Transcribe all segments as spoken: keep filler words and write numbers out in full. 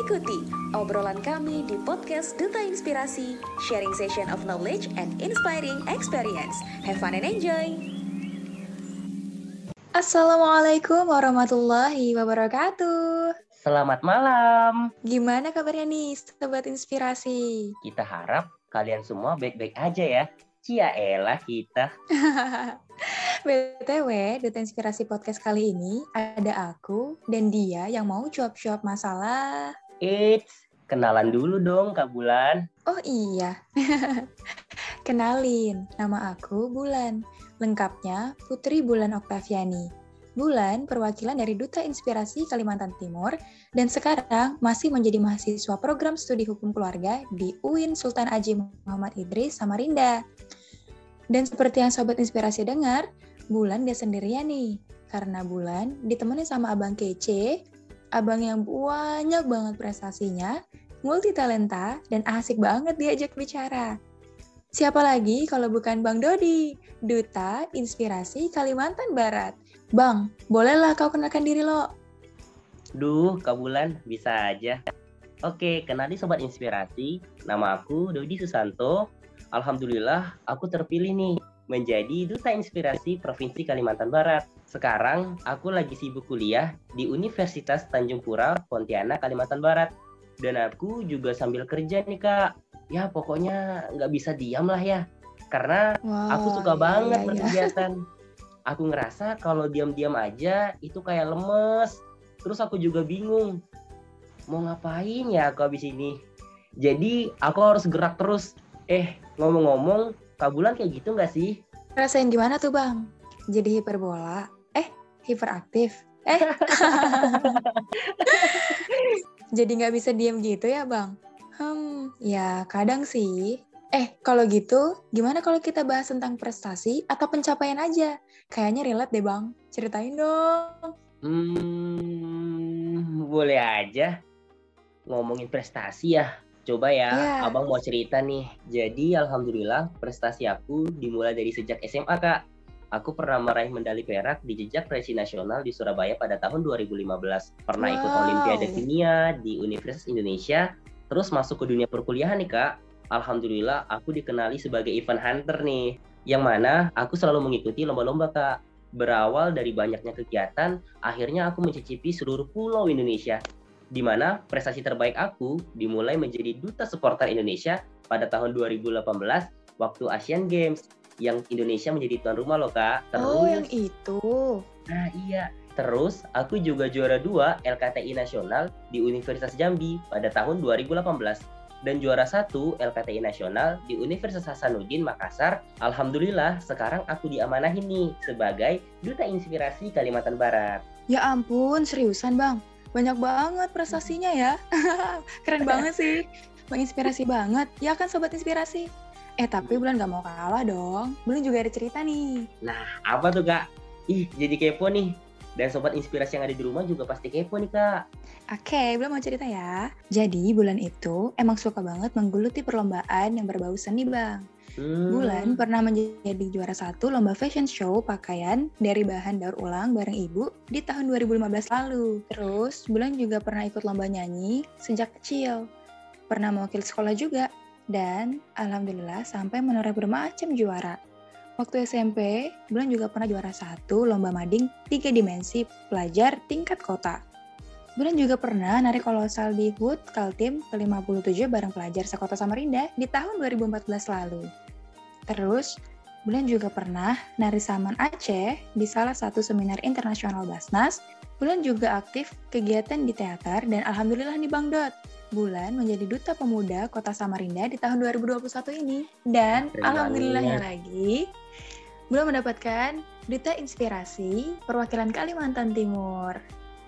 Ikuti obrolan kami di podcast Duta Inspirasi, sharing session of knowledge and inspiring experience. Have fun and enjoy! Assalamualaikum warahmatullahi wabarakatuh. Selamat malam. Gimana kabarnya nih, Sobat Inspirasi? Kita harap kalian semua baik-baik aja ya. Cia elah kita. B T W, Duta Inspirasi Podcast kali ini ada aku dan dia yang mau cuap-cuap masalah. Eits, kenalan dulu dong Kak Bulan. Oh iya, kenalin, nama aku Bulan. Lengkapnya Putri Bulan Oktaviani. Bulan perwakilan dari Duta Inspirasi Kalimantan Timur dan sekarang masih menjadi mahasiswa program studi hukum keluarga di U I N Sultan Haji Muhammad Idris Samarinda. Dan seperti yang Sobat Inspirasi dengar, Bulan gak sendirian nih, karena Bulan ditemani sama abang kece, abang yang banyak banget prestasinya, multi talenta, dan asik banget diajak bicara. Siapa lagi kalau bukan Bang Dodi, Duta Inspirasi Kalimantan Barat. Bang, bolehlah kau kenalkan diri lo. Duh, Kak Bulan, bisa aja. Oke, kenali Sobat Inspirasi, nama aku Dodi Susanto. Alhamdulillah, aku terpilih nih menjadi Duta Inspirasi Provinsi Kalimantan Barat. Sekarang, aku lagi sibuk kuliah di Universitas Tanjung Pura, Pontianak, Kalimantan Barat. Dan aku juga sambil kerja nih, Kak. Ya, pokoknya nggak bisa diam lah ya. Karena Wow, aku suka iya, banget iya, berkegiatan. Aku ngerasa kalau diam-diam aja itu kayak lemes. Terus aku juga bingung. Mau ngapain ya aku habis ini? Jadi, aku harus gerak terus. Eh, ngomong-ngomong, Kak Bulan kayak gitu nggak sih? Rasain gimana tuh Bang? Jadi hiperbola? Eh, hiperaktif? Eh, jadi nggak bisa diem gitu ya Bang? Hmm, ya kadang sih. Eh, kalau gitu, gimana kalau kita bahas tentang prestasi atau pencapaian aja? Kayaknya relate deh Bang, ceritain dong. Hmm, boleh aja. Ngomongin prestasi ya. Coba ya, Iya. Abang mau cerita nih. Jadi Alhamdulillah prestasi aku dimulai dari sejak S M A, Kak. Aku pernah meraih medali perak di jejak prestasi nasional di Surabaya pada tahun dua ribu lima belas. Pernah ikut Wow. Olimpiade Kimia di Universitas Indonesia. Terus masuk ke dunia perkuliahan nih, Kak. Alhamdulillah aku dikenali sebagai event hunter nih. Yang mana aku selalu mengikuti lomba-lomba, Kak. Berawal dari banyaknya kegiatan, akhirnya aku mencicipi seluruh pulau Indonesia. Di mana prestasi terbaik aku dimulai menjadi Duta Supporter Indonesia pada tahun dua ribu delapan belas waktu Asian Games yang Indonesia menjadi tuan rumah loh Kak. Terus, Oh, yang itu. nah iya, terus aku juga juara dua L K T I Nasional di Universitas Jambi pada tahun dua ribu delapan belas dan juara satu L K T I Nasional di Universitas Hasanuddin Makassar. Alhamdulillah sekarang aku diamanahin nih sebagai Duta Inspirasi Kalimantan Barat. Ya ampun, seriusan Bang. Banyak banget prestasinya ya. Keren banget sih. Menginspirasi banget. Ya kan Sobat Inspirasi? Eh tapi Bulan gak mau kalah dong. Bulan juga ada cerita nih. Nah, apa tuh Kak? Ih, jadi kepo nih. Dan Sobat Inspirasi yang ada di rumah juga pasti kepo nih Kak. Oke, Bulan mau cerita ya. Jadi Bulan itu emang suka banget menggeluti perlombaan yang berbau seni Bang. Hmm. Bulan pernah menjadi juara satu lomba fashion show pakaian dari bahan daur ulang bareng ibu di tahun dua ribu lima belas lalu. Terus Bulan juga pernah ikut lomba nyanyi sejak kecil. Pernah mewakili sekolah juga. Dan alhamdulillah sampai menoreh bermacam juara. Waktu S M P, Bulan juga pernah juara satu lomba mading tiga dimensi pelajar tingkat kota. Bulan juga pernah narik kolosal di H U T Kaltim ke lima puluh tujuh bareng pelajar sekota Samarinda di tahun dua ribu empat belas lalu. Terus, Bulan juga pernah nari saman Aceh di salah satu seminar internasional Basnas. Bulan juga aktif kegiatan di teater dan alhamdulillah nih Bang Dot. Bulan menjadi Duta Pemuda Kota Samarinda di tahun dua ribu dua puluh satu ini. Dan Keren alhamdulillahnya banget. lagi, Bulan mendapatkan Duta Inspirasi Perwakilan Kalimantan Timur.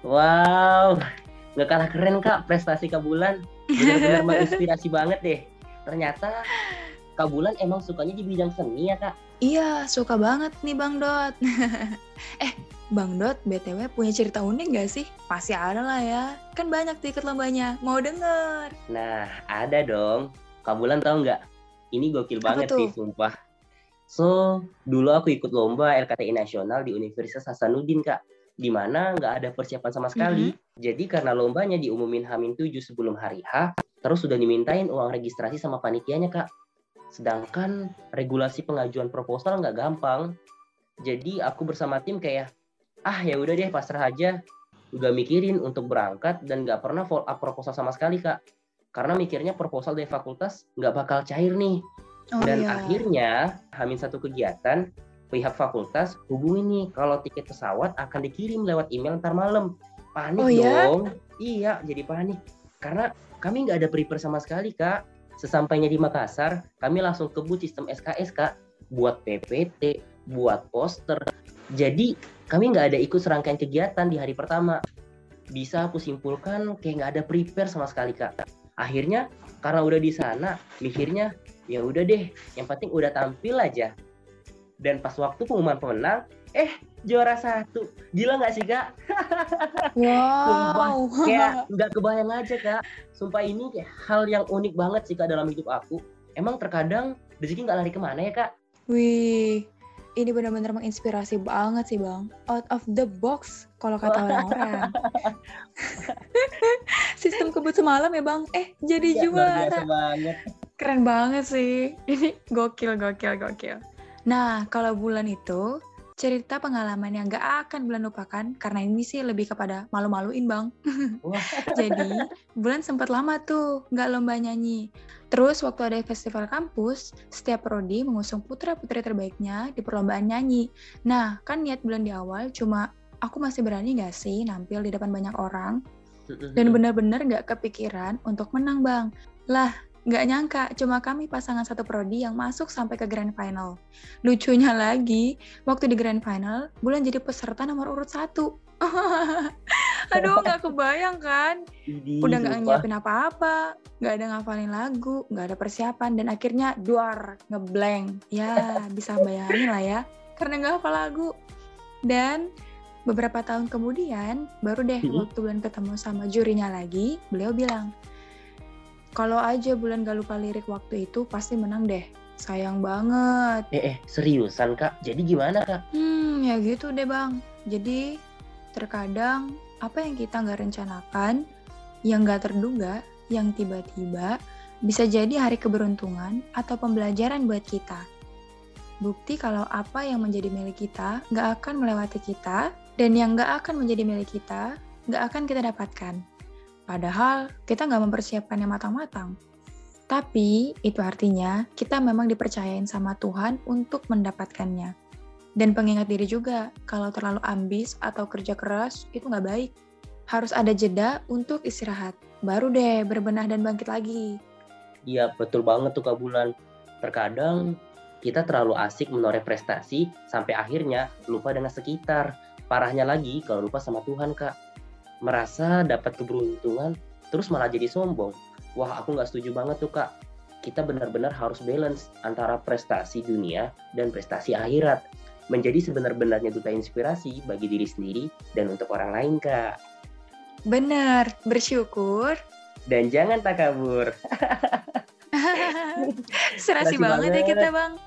Wow, nggak kalah keren Kak prestasi Kak Bulan. Benar-benar menginspirasi banget deh. Ternyata Kak Bulan emang sukanya di bidang seni ya Kak? Iya, suka banget nih Bang Dot. eh, Bang Dot, B T W punya cerita unik gak sih? Pasti ada lah ya. Kan banyak tuh ikut lombanya. Mau denger? Nah, ada dong. Kak Bulan tahu nggak? Ini gokil Apa banget tuh? sih, sumpah. So, dulu aku ikut lomba L K T I Nasional di Universitas Hasanuddin, Kak. di mana nggak ada persiapan sama sekali. Mm-hmm. Jadi karena lombanya diumumin H minus tujuh sebelum hari H, terus sudah dimintain uang registrasi sama panitianya, Kak. Sedangkan regulasi pengajuan proposal nggak gampang. Jadi aku bersama tim kayak, ah ya udah deh pasrah aja. Udah mikirin untuk berangkat dan nggak pernah follow up proposal sama sekali, Kak. Karena mikirnya proposal dari fakultas nggak bakal cair nih. Oh, dan iya. Akhirnya H minus satu kegiatan, pihak fakultas hubungi nih kalau tiket pesawat akan dikirim lewat email ntar malam. Panik oh, dong. Ya? Iya, jadi panik. Karena kami nggak ada prepare sama sekali, Kak. Sesampainya di Makassar, kami langsung kebut sistem S K S, Kak. Buat P P T, buat poster. Jadi kami nggak ada ikut serangkaian kegiatan di hari pertama. Bisa aku simpulkan kayak nggak ada prepare sama sekali, Kak. Akhirnya karena udah di sana, mikirnya ya udah deh, yang penting udah tampil aja. Dan pas waktu pengumuman pemenang, eh juara satu. Gila nggak sih, Kak? Wow. Sumpah, kayak nggak kebayang aja, Kak. Sumpah ini kayak hal yang unik banget sih, Kak, dalam hidup aku. Emang terkadang rezeki nggak lari kemana ya, Kak? Wih, ini benar-benar menginspirasi banget sih, Bang. Out of the box, kalau kata orang-orang. Sistem kebut semalam ya, Bang. Eh, jadi ya, juara. Luar biasa banget. Keren banget sih. Ini gokil, gokil, gokil. Nah, kalau Bulan itu cerita pengalaman yang gak akan Bulan lupakan, karena ini sih lebih kepada malu-maluin, Bang. Jadi, Bulan sempat lama tuh gak lomba nyanyi. Terus waktu ada festival kampus, setiap prodi mengusung putra-putri terbaiknya di perlombaan nyanyi. Nah, kan niat Bulan di awal cuma, aku masih berani gak sih nampil di depan banyak orang? Dan benar-benar gak kepikiran untuk menang, Bang. Lah, gak nyangka, cuma kami pasangan satu prodi yang masuk sampai ke grand final. Lucunya lagi, waktu di grand final, Bulan jadi peserta nomor urut satu. Aduh, gak kebayang kan? Idi, udah gak sumpah. nyiapin apa-apa, gak ada ngafalin lagu, gak ada persiapan, dan akhirnya duar, ngeblank. Ya, bisa bayangin lah ya, karena gak hafal lagu. Dan beberapa tahun kemudian, baru deh hmm. waktu Bulan ketemu sama jurinya lagi, beliau bilang, kalau aja Bulan gak lupa lirik waktu itu, pasti menang deh. Sayang banget. Eh, eh, seriusan, Kak? Jadi gimana, Kak? Hmm, ya gitu deh, Bang. Jadi, terkadang apa yang kita gak rencanakan, yang gak terduga, yang tiba-tiba, bisa jadi hari keberuntungan atau pembelajaran buat kita. Bukti kalau apa yang menjadi milik kita gak akan melewati kita, dan yang gak akan menjadi milik kita, gak akan kita dapatkan. Padahal kita nggak mempersiapkannya matang-matang. Tapi itu artinya kita memang dipercayain sama Tuhan untuk mendapatkannya. Dan pengingat diri juga, kalau terlalu ambis atau kerja keras itu nggak baik. Harus ada jeda untuk istirahat. Baru deh berbenah dan bangkit lagi. Iya, betul banget tuh, Kak Bulan. Terkadang kita terlalu asik menoreh prestasi sampai akhirnya lupa dengan sekitar. Parahnya lagi kalau lupa sama Tuhan, Kak. Merasa dapat keberuntungan, terus malah jadi sombong. Wah, aku nggak setuju banget tuh, Kak. Kita benar-benar harus balance antara prestasi dunia dan prestasi akhirat. Menjadi sebenar-benarnya duta inspirasi bagi diri sendiri dan untuk orang lain, Kak. Benar, bersyukur. Dan jangan takabur. Serasi banget, banget ya kita, Bang.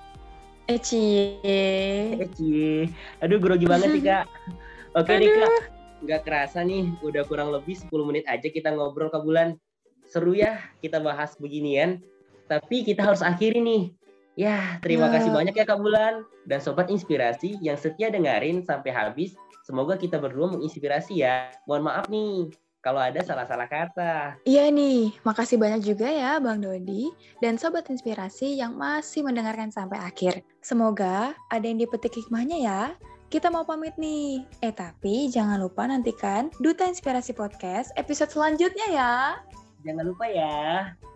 Ecie. Ecie. Aduh, grogi banget nih, Kak. Oke nih, Kak. Nggak kerasa nih, udah kurang lebih sepuluh menit aja kita ngobrol, Kak Bulan. Seru ya kita bahas beginian. Tapi kita harus akhiri nih. Ya, terima ya. kasih banyak ya, Kak Bulan. Dan Sobat Inspirasi yang setia dengerin sampai habis. Semoga kita berdua menginspirasi ya. Mohon maaf nih, kalau ada salah-salah kata. Iya nih, makasih banyak juga ya Bang Dodi. Dan Sobat Inspirasi yang masih mendengarkan sampai akhir. Semoga ada yang dipetik hikmahnya ya. Kita mau pamit nih. Eh tapi jangan lupa nantikan Duta Inspirasi Podcast episode selanjutnya ya. Jangan lupa ya.